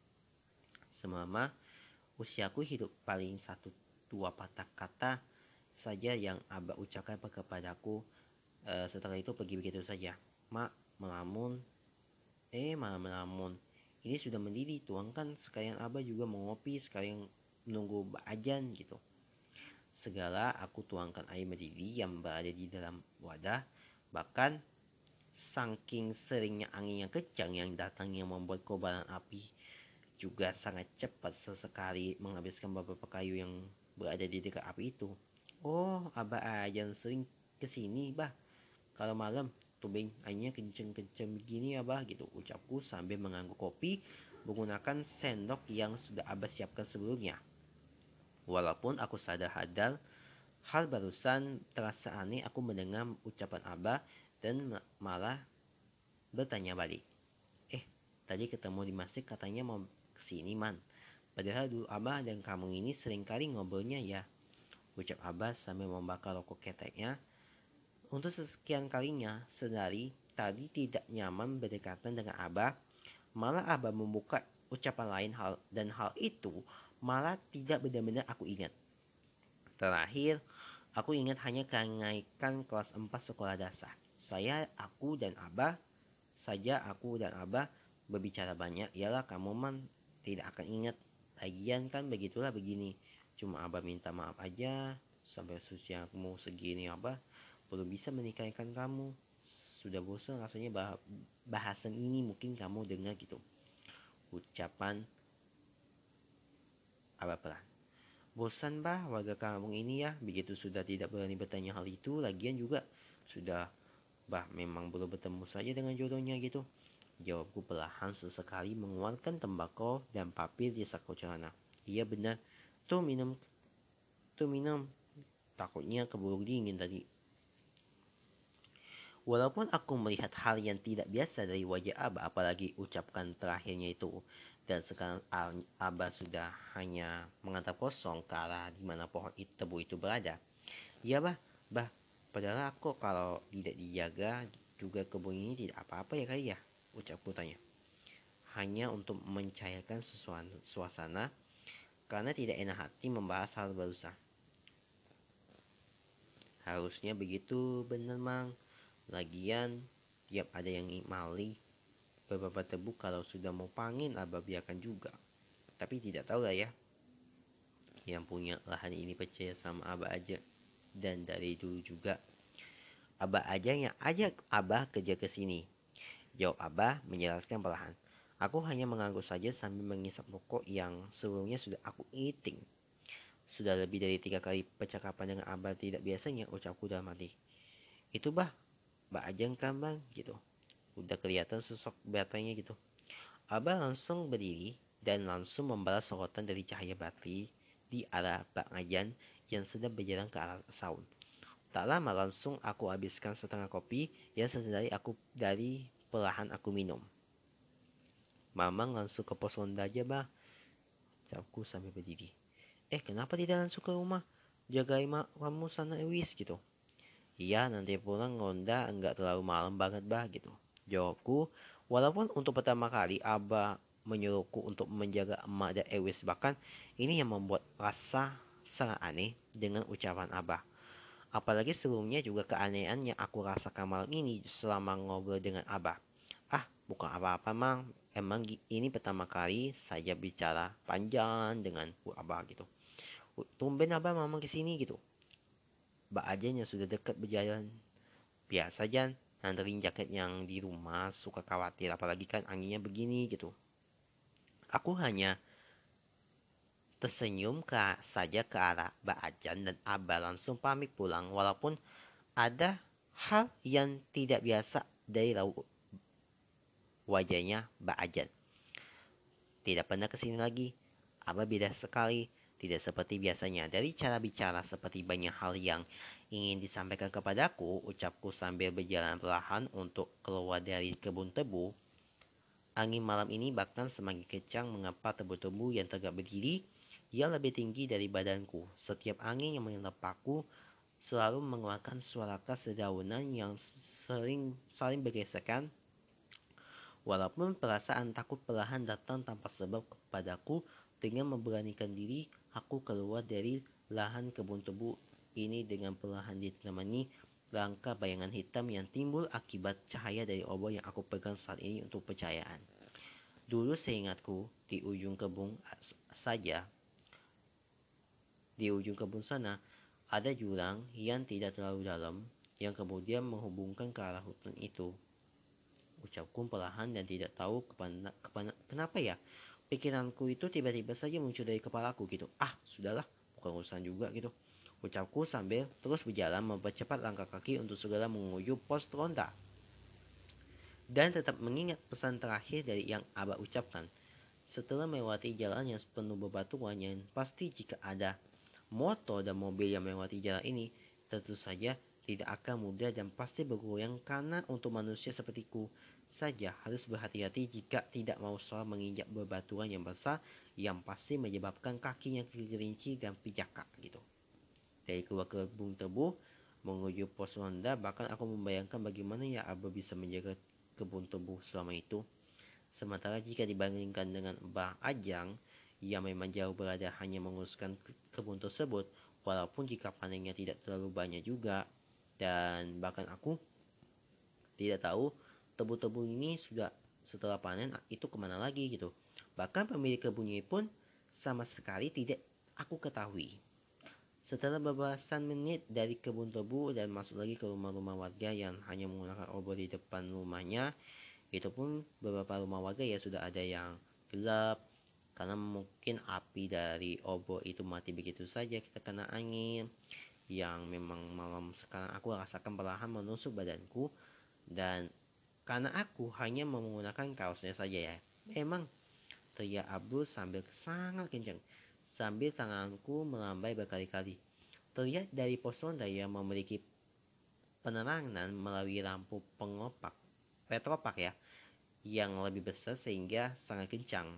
Selama usiaku hidup paling 1-2 patah kata saja yang Abah ucapkan kepadaku. Setelah itu pergi begitu saja. Mak melamun, malah melamun. Ini sudah mendidih, tuangkan sekalian Abah juga mau ngopi, sekalian menunggu Mbak Ajan gitu. Segala aku tuangkan air mendidih yang berada di dalam wadah. Bahkan saking seringnya angin yang kencang yang datang yang membuat kobaran api juga sangat cepat, sesekali menghabiskan beberapa kayu yang berada di dekat api itu. Oh, Abah Ajan sering kesini, Bah. Kalau malam, tubing airnya kenceng-kenceng begini ya, Bah, gitu, ucapku sambil mengangguk kopi menggunakan sendok yang sudah Abah siapkan sebelumnya. Walaupun aku sadar hal barusan terasa aneh, aku mendengar ucapan Abah dan malah bertanya balik. Tadi ketemu di masjid katanya mau kesini, Man. Padahal dulu Abah dan kamu ini sering kali ngobrolnya ya, ucap Abah sambil membakar rokok keteknya. Untuk sekian kalinya, sedari tadi tidak nyaman berdekatan dengan Abah, malah Abah membuka ucapan lain dan hal itu malah tidak benar-benar aku ingat. Terakhir, aku ingat hanya kenaikan kelas 4 sekolah dasar. Aku dan Abah berbicara banyak. Yalah kamu man tidak akan ingat. Lagian kan begitulah begini. Cuma Abah minta maaf aja. Sampai usiamu segini Abah belum bisa menikahkan kamu. Sudah bosan rasanya bahasan ini mungkin kamu dengar gitu. Ucapan Abah pelan. Bosan bah warga kampung ini ya, begitu sudah tidak berani bertanya hal itu, lagian juga sudah bah memang belum bertemu saja dengan jodohnya gitu. Jawabku perlahan sesekali mengeluarkan tembakau dan papir di saku celana. Iya benar, tuh minum, takutnya keburu dingin tadi. Walaupun aku melihat hal yang tidak biasa dari wajah Abah, apalagi ucapkan terakhirnya itu, dan sekarang Abah sudah hanya mengatap kosong ke arah di mana pohon tebu itu berada. Iya bah, padahal aku kalau tidak dijaga juga kebun ini tidak apa-apa ya kali ya, ucapku tanya. Hanya untuk mencairkan suasana, karena tidak enak hati membahas hal barusan. Harusnya begitu bener mang. Lagian tiap ada yang mali beberapa tebu kalau sudah mau pangin Abah biarkan juga. Tapi tidak tahu lah ya. Yang punya lahan ini percaya sama Abah aja. Dan dari dulu juga Abah aja yang ajak Abah kerja ke sini. Jawab Abah menjelaskan perlahan. Aku hanya mengangguk saja sambil mengisap rokok yang sebelumnya sudah aku eating. Sudah lebih dari 3 kali percakapan dengan Abah tidak biasanya ucapku dalam hati. Itu Mbak Ajeng kan bang gitu. Udah kelihatan sosok batanya gitu. Abah langsung berdiri dan langsung membalas sorotan dari cahaya bateri di arah Bang Ajan yang sedang berjalan ke arah saung. Tak lama langsung aku habiskan setengah kopi yang dari perlahan aku minum. Mamang langsung ke pos ronda aja bah, ucapku sambil berdiri. Kenapa tidak langsung ke rumah? Jagain kamu sana Ewis gitu. Iya nanti pulang ronda enggak terlalu malam banget bah gitu. Jawabku, walaupun untuk pertama kali Abah menyuruhku untuk menjaga emak dan Ewis, bahkan ini yang membuat rasa sangat aneh dengan ucapan Abah. Apalagi sebelumnya juga keanehan yang aku rasakan malam ini selama ngobrol dengan Abah. Bukan apa-apa mang, emang ini pertama kali saya bicara panjang dengan Abah gitu. Tumben Abah mama kesini gitu. Mbak Ajen yang sudah dekat berjalan. Biasa Jan, nganterin jaket yang di rumah suka khawatir apalagi kan anginnya begini gitu. Aku hanya tersenyum saja ke arah Mbak Ajan dan Abah langsung pamit pulang walaupun ada hal yang tidak biasa dari wajahnya Mbak Ajan. Tidak pernah kesini lagi. Abah beda sekali. Tidak seperti biasanya. Dari cara bicara seperti banyak hal yang ingin disampaikan kepadaku, ucapku sambil berjalan perlahan untuk keluar dari kebun tebu. Angin malam ini bahkan semakin kencang mengapa tebu-tebu yang tegak berdiri yang lebih tinggi dari badanku. Setiap angin yang menempakku selalu mengeluarkan suara khas dedaunan yang saling bergesekan. Walaupun perasaan takut perlahan datang tanpa sebab kepadaku, dengan memberanikan diri, aku keluar dari lahan kebun tebu ini dengan perlahan ditemani langkah bayangan hitam yang timbul akibat cahaya dari obor yang aku pegang saat ini untuk percayaan. Dulu seingatku, saja, di ujung kebun sana, ada jurang yang tidak terlalu dalam, yang kemudian menghubungkan ke arah hutan itu. Ucapku perlahan dan tidak tahu kenapa ya. Pikiranku itu tiba-tiba saja muncul dari kepalaku gitu. Sudahlah, bukan urusan juga gitu. Ucapku sambil terus berjalan mempercepat langkah kaki untuk segera menuju pos ronda. Dan tetap mengingat pesan terakhir dari yang Abah ucapkan. Setelah melewati jalan yang penuh bebatuan yang pasti jika ada motor dan mobil yang melewati jalan ini, tentu saja tidak akan mudah dan pasti bergoyang karena untuk manusia sepertiku saja harus berhati-hati jika tidak mau salah menginjak bebatuan yang besar yang pasti menyebabkan kakinya kegerinci dan pijaka gitu. Dari keluar kebun tebu menuju pos ronda, bahkan aku membayangkan bagaimana ya Abah bisa menjaga kebun tebu selama itu. Sementara jika dibandingkan dengan Mbah Ajang yang memang jauh berada hanya menguruskan kebun tersebut, walaupun jika panennya tidak terlalu banyak juga, dan bahkan aku tidak tahu tebu-tebu ini sudah setelah panen itu kemana lagi gitu. Bahkan pemilik kebunnya pun sama sekali tidak aku ketahui. Setelah beberapa menit dari kebun tebu dan masuk lagi ke rumah-rumah warga yang hanya menggunakan obor di depan rumahnya, itu pun beberapa rumah warga ya sudah ada yang gelap karena mungkin api dari obor itu mati begitu saja kita kena angin yang memang malam sekarang aku rasakan perlahan menusuk badanku. Dan karena aku hanya menggunakan kaosnya saja ya, memang teriak Abdul sambil sangat kencang sambil tanganku melambai berkali-kali. Terlihat dari pos ronda yang memiliki penerangan melalui lampu pengopak petropak ya yang lebih besar sehingga sangat kencang.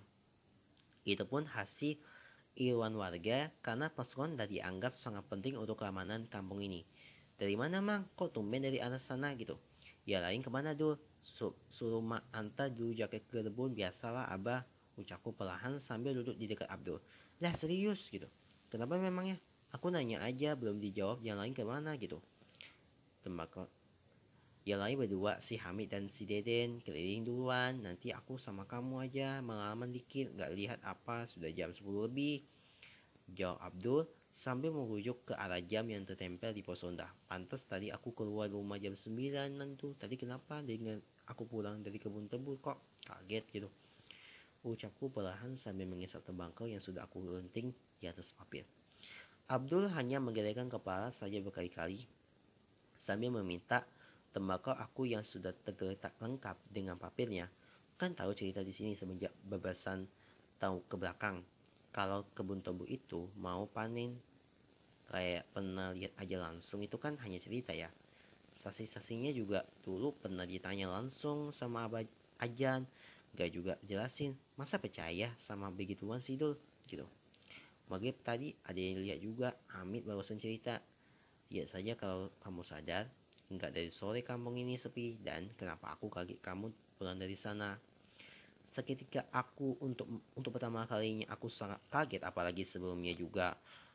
Itu pun hasil iuran warga karena pos ronda dianggap sangat penting untuk keamanan kampung ini. Dari mana mang? Kok tumben dari arah sana gitu? Ya lain kemana dul? Suruh mak antar dulu jaket ke kebun biasalah abah, ucapku perlahan sambil duduk di dekat Abdul. Lah serius gitu. Kenapa memangnya? Aku nanya aja belum dijawab yang lain kemana gitu. Tembakau yang lain berdua si Hamid dan si Deden keliling duluan. Nanti aku sama kamu aja pengalaman dikit. Gak lihat apa sudah jam 10 lebih. Jawab Abdul sambil merujuk ke arah jam yang tertempel di pos ronda. Pantas tadi aku keluar rumah jam 9 nanti. Tadi kenapa dengan aku pulang dari kebun tebu kok kaget gitu. Ucapku perlahan sambil mengisap tembakau yang sudah aku lenting di atas papir. Abdul hanya menggelengkan kepala saja berkali-kali sambil meminta tembakau aku yang sudah tergeletak lengkap dengan papirnya. Kan tahu cerita di sini semenjak bebasan tahun ke belakang. Kalau kebun tebu itu mau panen kayak pernah lihat aja langsung itu kan hanya cerita ya. Saksi-saksinya juga dulu pernah ditanya langsung sama Abah Ajan, gak juga jelasin. Masa percaya sama begituan sih Dul? Gitu. Maghrib tadi ada yang lihat juga, Hamid barusan cerita. Lihat saja kalau kamu sadar, enggak dari sore kampung ini sepi dan kenapa aku kaget kamu pulang dari sana. Seketika aku untuk pertama kalinya aku sangat kaget apalagi sebelumnya juga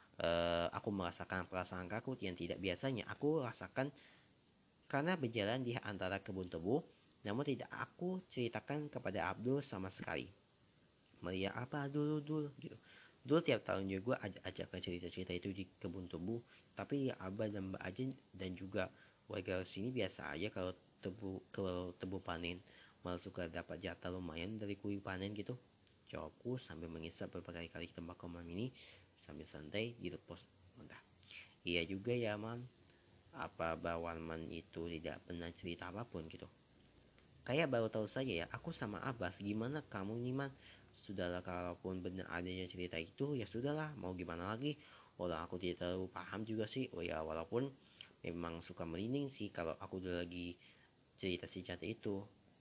aku merasakan perasaan takut yang tidak biasanya aku rasakan karena berjalan di antara kebun tebu, namun tidak aku ceritakan kepada Abdul sama sekali. Melihat apa dulu dulu gitu. Dulu tiap tahun juga ajak ke cerita-cerita itu di kebun tebu, tapi ya Abah dan Mbak Ajen dan juga warga sini biasa aja kalau tebu panen, malah suka dapat jatah lumayan dari kuih panen gitu. Jawabku sambil mengisap berbagai kali tembakau mam ini sambil santai di pos mentah. Iya juga ya mam, apa Bawarman itu tidak pernah cerita apapun gitu. Kayak baru tahu saja ya, aku sama Abbas, gimana kamu nih man? Sudahlah kalaupun benar adanya cerita itu, ya sudahlah, mau gimana lagi? Walau aku tidak terlalu paham juga sih, oh ya walaupun memang suka merinding sih kalau aku udah lagi cerita si cerita itu.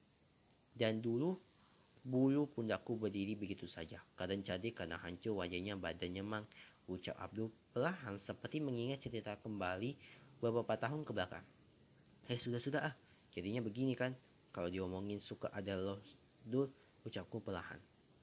Dan dulu bulu pundakku berdiri begitu saja, kadang jadi karena hancur wajahnya badannya mang, ucap Abdul perlahan seperti mengingat cerita kembali beberapa tahun ke belakang. Sudah ah, jadinya begini kan, kalau diomongin suka ada loh dul, ucapku perlahan.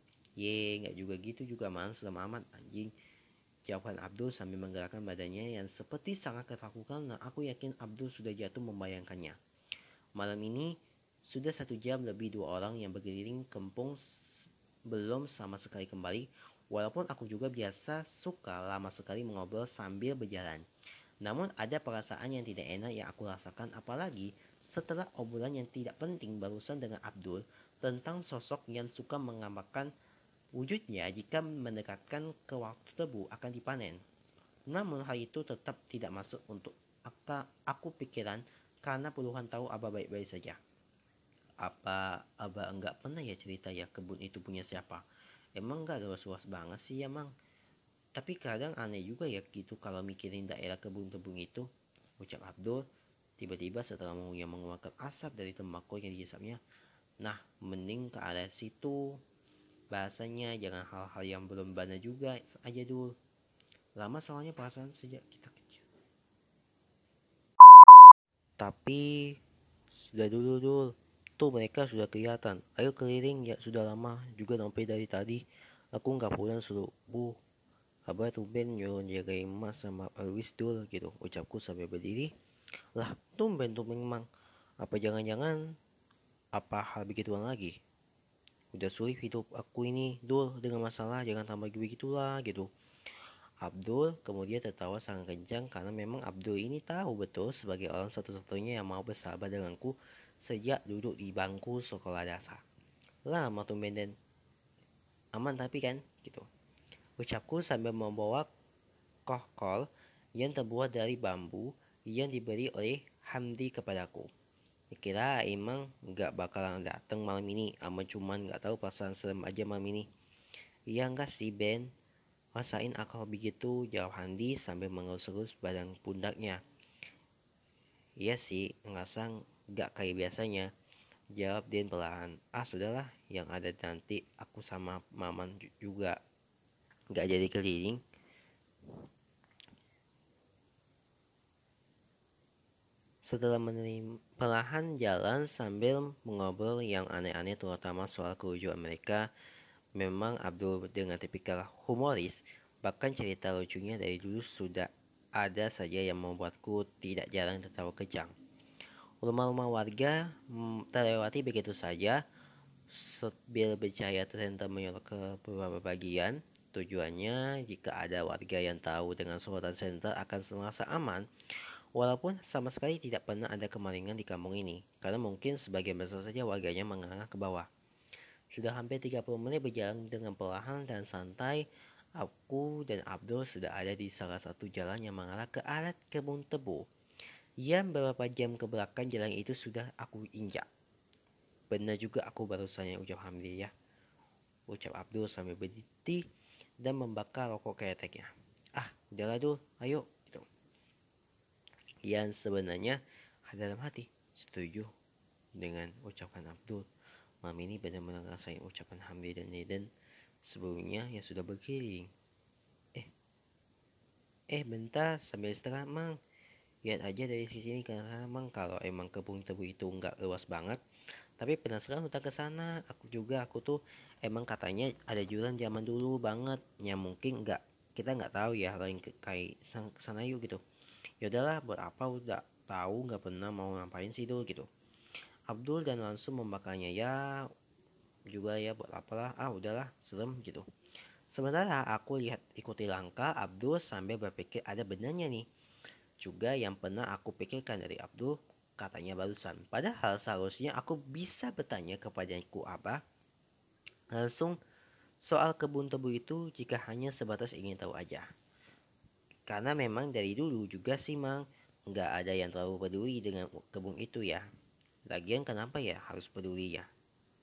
Nggak juga gitu juga man, serem amat anjing. Jawabkan Abdul sambil menggerakkan badannya yang seperti sangat ketakutan dan aku yakin Abdul sudah jatuh membayangkannya. Malam ini sudah 1 jam lebih 2 orang yang berkeliling kampung belum sama sekali kembali. Walaupun aku juga biasa suka lama sekali mengobrol sambil berjalan. Namun ada perasaan yang tidak enak yang aku rasakan apalagi setelah obrolan yang tidak penting barusan dengan Abdul tentang sosok yang suka mengamalkan wujudnya jika mendekatkan ke waktu tebu akan dipanen. Namun hal itu tetap tidak masuk untuk aku pikiran karena puluhan tahun Abah baik-baik saja. Apa Abah enggak pernah ya cerita ya kebun itu punya siapa? Emang enggak luas-luas banget sih ya mang? Tapi kadang aneh juga ya gitu kalau mikirin daerah kebun-kebun itu, ucap Abdul Tiba-tiba setelah mengeluarkan asap dari tembakau yang dihisapnya, nah mending ke arah situ. Bahasanya jangan hal-hal yang belum bana juga aja dulu. Lama soalnya perasaan sejak kita kecil. Tapi sudah dulu. Tuh mereka sudah kelihatan. Ayo keliling ya, sudah lama juga sampai dari tadi. Aku nggak pulang subuh. Abah tumben nyuruh jagain emas sama Alwis dul gitu. Ucapku sampai berdiri. Lah tumben mang. Apa jangan-jangan apa hal begituan lagi? Udah sulit hidup aku ini dul dengan masalah, jangan tambah begitulah gitu. Abdul kemudian tertawa sangat kencang karena memang Abdul ini tahu betul sebagai orang satu-satunya yang mau bersahabat denganku sejak duduk di bangku sekolah dasar. Lama tumben dan aman tapi kan gitu. Ucapku sambil membawa kohkol yang terbuat dari bambu yang diberi oleh Hamdi kepadaku. Kira emang gak bakalan dateng malam ini, ama cuman gak tahu perasaan serem aja malam ini. Iya enggak sih Ben, rasain akal begitu, jawab Handi sambil mengelus-elus badan pundaknya. Iya sih, ngerasa gak kayak biasanya, jawab Den perlahan. Ah sudahlah, yang ada nanti aku sama Maman juga gak jadi keliling. Setelah menerima perlahan jalan sambil mengobrol yang aneh-aneh terutama soal kerujukan mereka. Memang Abdul dengan tipikal humoris, bahkan cerita lucunya dari dulu sudah ada saja yang membuatku tidak jarang tertawa kejang. Rumah-rumah warga terlewati begitu saja, sambil bercahaya tersentam menyolok ke beberapa bagian. Tujuannya, jika ada warga yang tahu dengan sorotan senter akan merasa aman, walaupun sama sekali tidak pernah ada kemalingan di kampung ini, karena mungkin sebagian besar saja warganya mengarah ke bawah. Sudah hampir 30 menit berjalan dengan perlahan dan santai. Aku dan Abdul sudah ada di salah satu jalan yang mengarah ke arah kebun tebu. Yang beberapa jam ke belakang jalan itu sudah aku injak. Benar juga aku barusan yang ucap Hamdi ya. Ucap Abdul sambil berdiri dan membakar rokok keteknya. Ah, udahlah Dul, ayo. Gitu. Yang sebenarnya dalam hati setuju dengan ucapan Abdul. Malam ini benar-benar ngerasain ucapan Hamdi dan Eden sebelumnya yang sudah berkeliling. Bentar sambil istirahat mang. Lihat aja dari sisi ini karena mang kalau emang kebun tebu itu nggak luas banget. Tapi penasaran udah ke sana. Aku tuh emang katanya ada jualan zaman dulu banget. Yang mungkin kita nggak tahu ya lain kayak sana yuk gitu. Ya udahlah buat apa udah tahu nggak pernah mau ngapain sih dulu gitu. Abdul dan langsung membakarnya ya juga ya buat apalah udahlah serem gitu. Sementara aku lihat ikuti langkah Abdul sambil berpikir ada benarnya nih juga yang pernah aku pikirkan dari Abdul katanya barusan. Padahal seharusnya aku bisa bertanya kepadaku Abah langsung soal kebun tebu itu jika hanya sebatas ingin tahu aja. Karena memang dari dulu juga sih mang nggak ada yang terlalu peduli dengan kebun itu ya. Lagian kenapa ya harus peduli ya?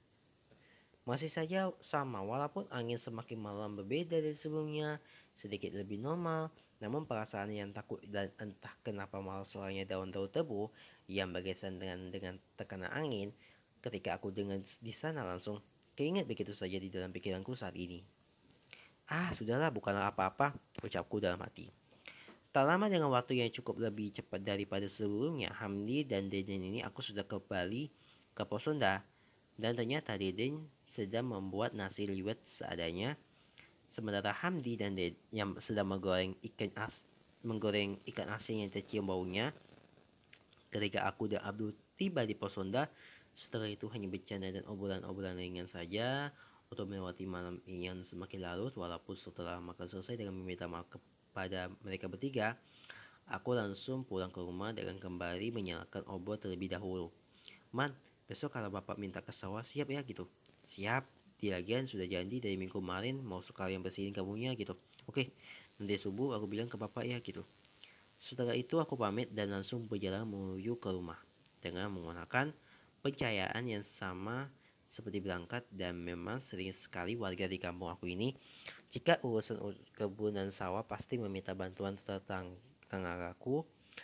Masih saja sama, walaupun angin semakin malam berbeda dari sebelumnya, sedikit lebih normal, namun perasaan yang takut dan entah kenapa malah suaranya daun-daun tebu yang bergeser dengan tekanan angin, ketika aku dengar di sana langsung keinget begitu saja di dalam pikiranku saat ini. Ah, sudahlah, bukanlah apa-apa, ucapku dalam hati. Tak lama dengan waktu yang cukup lebih cepat daripada sebelumnya, Hamdi dan Deden ini aku sudah kembali ke pos Sunda. Dan ternyata Deden sedang membuat nasi liwet seadanya, sementara Hamdi dan Ded yang sedang menggoreng ikan asin yang tercium baunya. Ketika aku dan Abdul tiba di pos Sunda, setelah itu hanya bercanda dan obrolan-obrolan ringan saja untuk melewati malam yang semakin larut. Walaupun setelah makan selesai dengan meminta maaf kepada mereka bertiga, aku langsung pulang ke rumah dengan kembali menyalakan obor terlebih dahulu. Man, besok kalau bapak minta ke sawah siap ya gitu. Siap, di lagian sudah janji dari minggu kemarin mau sekalian bersihin kamunya gitu. Oke, nanti subuh aku bilang ke bapak ya gitu. Setelah itu aku pamit dan langsung berjalan menuju ke rumah dengan menggunakan percayaan yang sama seperti berangkat. Dan memang sering sekali warga di kampung aku ini jika urusan kebun dan sawah pasti meminta bantuan tetanggaku.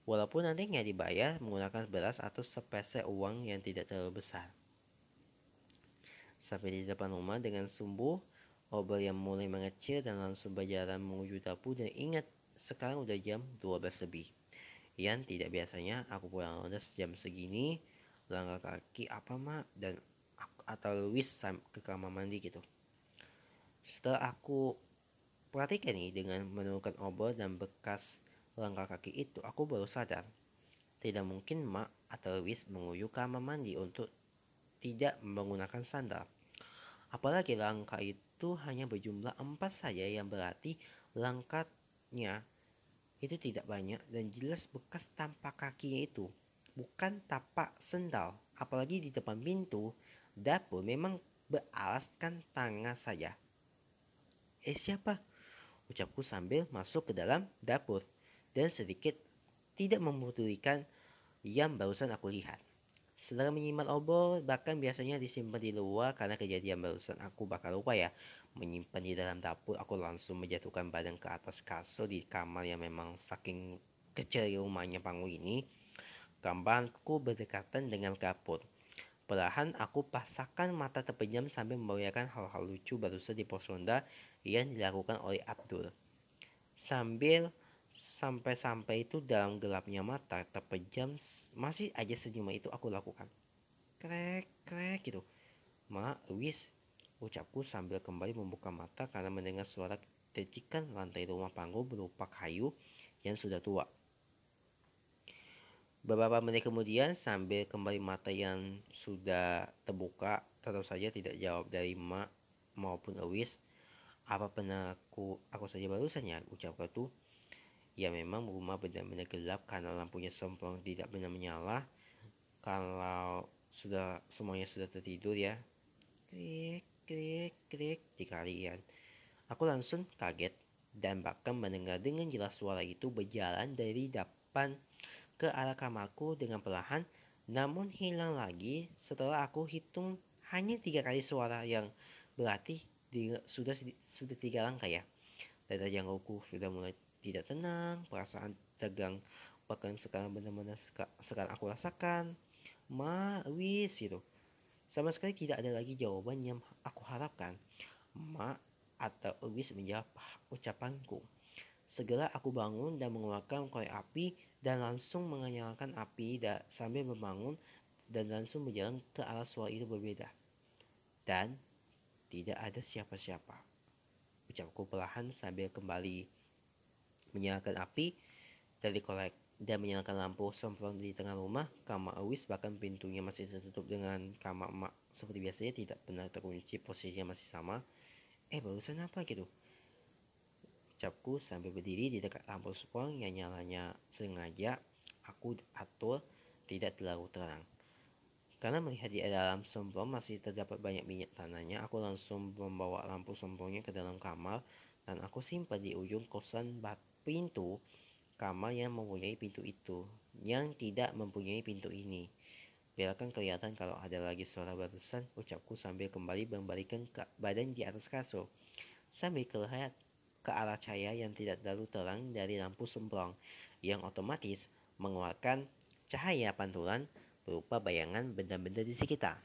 walaupun nantinya dibayar menggunakan beras atau sepeser uang yang tidak terlalu besar. Sampai di depan rumah dengan sumbu obor yang mulai mengecil dan langsung berjalan menuju dapur, dan ingat, sekarang udah jam 12 lebih. Yang tidak biasanya aku pulang ronda jam segini, langkah kaki apa mak, dan atau Louis ke kamar mandi gitu. Setelah aku perhatikan nih dengan menurunkan obor dan bekas langkah kaki itu, aku baru sadar tidak mungkin mak atau Louis menuju kamar mandi untuk tidak menggunakan sandal. Apalagi langkah itu hanya berjumlah 4 saja, yang berarti langkahnya itu tidak banyak dan jelas bekas tapak kakinya itu bukan tapak sendal. Apalagi di depan pintu dapur memang beralaskan tangan saja. Siapa? Ucapku sambil masuk ke dalam dapur dan sedikit tidak memedulikan yang barusan aku lihat. Setelah menyimpan obor, bahkan biasanya disimpan di luar karena kejadian barusan, aku bakal lupa ya menyimpan di dalam dapur. Aku langsung menjatuhkan badan ke atas kasur di kamar yang memang saking kecil rumahnya Pangu ini. Gambarku berdekatan dengan dapur. Perlahan aku pasangkan mata terpejam sambil membayangkan hal-hal lucu barusan di pos ronda yang dilakukan oleh Abdul. Sampai itu dalam gelapnya mata terpejam, masih aja senyum itu aku lakukan. Krek, krek gitu. Ma, Louis, ucapku sambil kembali membuka mata karena mendengar suara decikan lantai rumah Pangu berupa kayu yang sudah tua. Beberapa menit kemudian, sambil kembali mata yang sudah terbuka, tetap saja tidak jawab dari Ma maupun Louis. Apa pernah aku saja barusan ya, ucapku tuh. Ya memang rumah benar-benar gelap karena lampunya semprong tidak benar menyala. Kalau semuanya sudah tertidur ya. Krik, krik, krik di kalian. Aku langsung kaget dan bahkan mendengar dengan jelas suara itu berjalan dari depan ke arah kamarku dengan perlahan, namun hilang lagi setelah aku hitung hanya 3 kali suara, yang berarti sudah 3 langkah ya. Dada jangkauku sudah mulai tidak tenang, perasaan tegang bahkan sekarang benar-benar sekarang aku rasakan. Ma, wis gitu. Sama sekali tidak ada lagi jawaban yang aku harapkan. Ma atau wis menjawab ucapanku. Segera aku bangun dan mengeluarkan korek api dan langsung menyalakan api sambil membangun dan langsung berjalan ke arah suara itu berbeda. Dan tidak ada siapa-siapa, ucapku perlahan sambil kembali menyalakan api dari korek dan menyalakan lampu semprong di tengah rumah. Kamar Awis bahkan pintunya masih tertutup dengan kamar emak seperti biasanya, tidak pernah terkunci, posisinya masih sama. Barusan apa gitu? Ucapku sambil berdiri di dekat lampu semprong yang nyalanya sengaja aku atur tidak terlalu terang. Karena melihat di dalam semprong masih terdapat banyak minyak tanahnya, aku langsung membawa lampu semprongnya ke dalam kamar dan aku simpan di ujung kosan pintu kamar yang mempunyai pintu itu, yang tidak mempunyai pintu ini. Biarkan kelihatan kalau ada lagi suara barusan, ucapku sambil kembali membalikkan badan di atas kasur. Sambil melihat ke arah cahaya yang tidak terlalu terang dari lampu semprong, yang otomatis mengeluarkan cahaya pantulan berupa bayangan benda-benda di sekitar.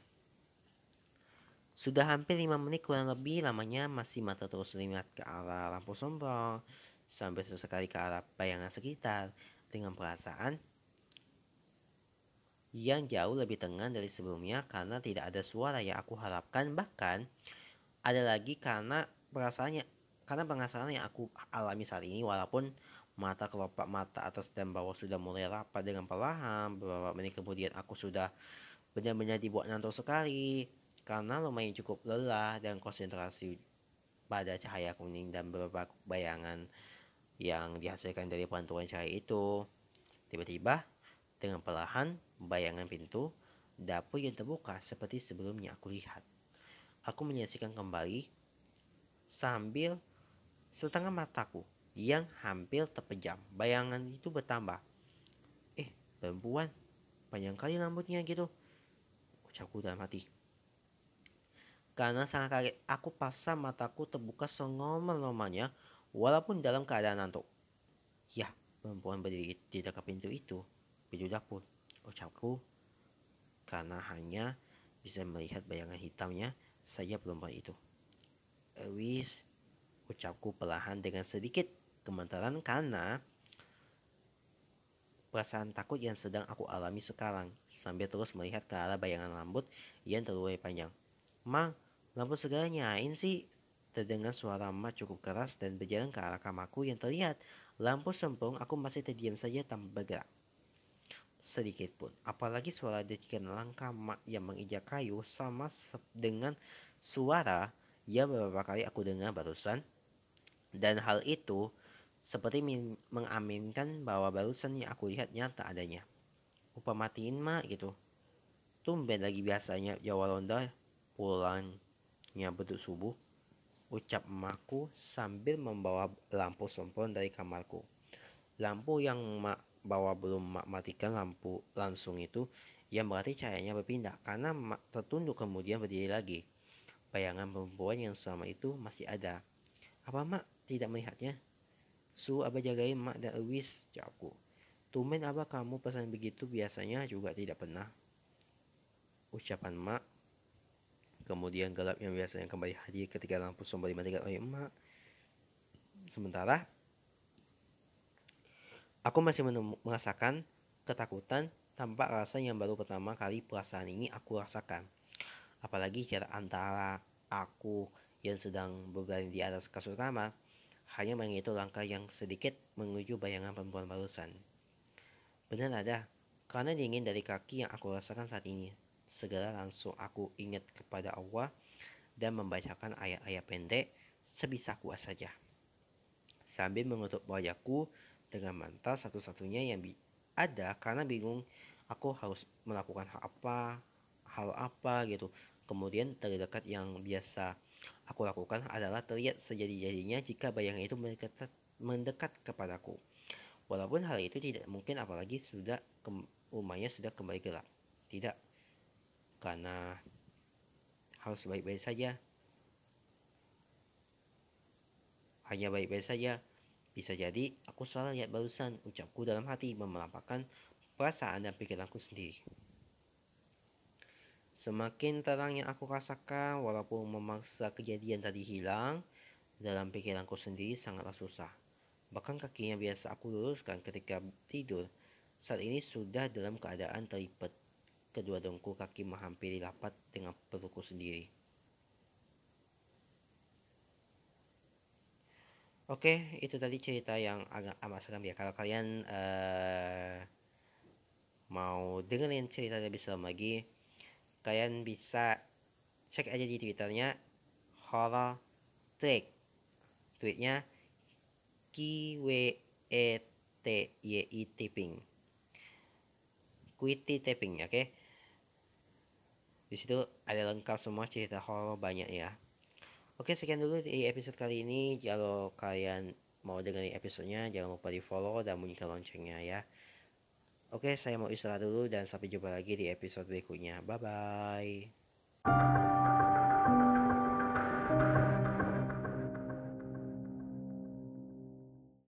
Sudah hampir 5 menit kurang lebih lamanya, masih mata terus melihat ke arah lampu semprong, sampai sesekali ke arah bayangan sekitar, dengan perasaan yang jauh lebih tenang dari sebelumnya karena tidak ada suara yang aku harapkan. Bahkan ada lagi karena pengasaran yang aku alami saat ini, walaupun mata kelopak mata atas dan bawah sudah mulai rapat dengan perlahan. Beberapa menit kemudian aku sudah benar-benar dibuat ngantuk sekali karena lumayan cukup lelah dan konsentrasi pada cahaya kuning dan beberapa bayangan yang dihasilkan dari pantulan cahaya itu. Tiba-tiba dengan perlahan bayangan pintu dapur yang terbuka seperti sebelumnya aku lihat. Aku menyaksikan kembali sambil setengah mataku yang hampir terpejam. Bayangan itu bertambah. Perempuan, panjang kali rambutnya gitu, ucapku dalam hati. Karena sangat kaget, aku pasang mataku terbuka senormal-normalnya walaupun dalam keadaan ngantuk. Ya, perempuan berdiri di dekat pintu itu? Pintu dapur, ucapku, karena hanya bisa melihat bayangan hitamnya saja perempuan itu. Ewis, ucapku perlahan dengan sedikit gemetaran karena perasaan takut yang sedang aku alami sekarang, sambil terus melihat ke arah bayangan rambut yang terulai panjang. "Ma, lampu segera nyalain sih." Terdengar suara Ma cukup keras dan berjalan ke arah kamarku yang terlihat lampu semprong. Aku masih terdiam saja tanpa bergerak sedikit pun. Apalagi suara decikan langkah Ma yang menginjak kayu sama dengan suara yang beberapa kali aku dengar barusan. Dan hal itu seperti mengaminkan bahwa barusan yang aku lihat nyata adanya. "Lupa matiin Ma," gitu. "Tumben lagi biasanya Jawa Ronda pulangnya beduk subuh," ucap emakku sambil membawa lampu semprong dari kamarku. Lampu yang Mak bawa belum Mak matikan lampu langsung itu, yang berarti cahayanya berpindah karena Mak tertunduk kemudian berdiri lagi. Bayangan perempuan yang selama itu masih ada. "Apa Mak tidak melihatnya?" "Suruh Abah jagain Mak dan Ewis," jawabku. "Tumben Abah kamu pesan begitu, biasanya juga tidak pernah," ucapan Mak. Kemudian gelap yang biasanya kembali hadir ketika lampu sombong dimatikan oleh emak. Sementara aku masih merasakan ketakutan tanpa rasa yang baru pertama kali perasaan ini aku rasakan. Apalagi jarak antara aku yang sedang berbaring di atas kasur kamar hanya menghitung langkah yang sedikit menuju bayangan perempuan barusan. Benar ada, karena dingin dari kaki yang aku rasakan saat ini. Segera langsung aku ingat kepada Allah dan membacakan ayat-ayat pendek sebisa kuat saja, sambil menutup wajahku dengan mantel satu-satunya yang ada karena bingung aku harus melakukan hal apa gitu. Kemudian terdekat yang biasa aku lakukan adalah terlihat sejadi-jadinya jika bayangan itu mendekat kepadaku. Walaupun hal itu tidak mungkin, apalagi rumahnya sudah kembali gelap. Tidak, karena harus baik-baik saja. Hanya baik-baik saja. Bisa jadi aku salah lihat barusan, ucapku dalam hati, melampaukan perasaan dan pikiranku sendiri. Semakin terang yang aku rasakan, walaupun memaksa kejadian tadi hilang, dalam pikiranku sendiri sangatlah susah. Bahkan kakinya biasa aku luruskan ketika tidur, saat ini sudah dalam keadaan terlipat. Kedua dengkul kaki menghampiri rapat dengan perutku sendiri. Oke, itu tadi cerita yang agak amat seram ya. Kalau kalian mau dengerin cerita lebih seram lagi, kalian bisa cek aja di Twitternya Horror Trick. Tweetnya KWETYI Tipping. Quitty Tapping, oke? Di situ ada lengkap semua cerita horor banyak ya. Oke, sekian dulu di episode kali ini. Kalau kalian mau dengerin episodenya, jangan lupa di follow dan bunyikan loncengnya ya. Oke, saya mau istirahat dulu dan sampai jumpa lagi di episode berikutnya. Bye-bye.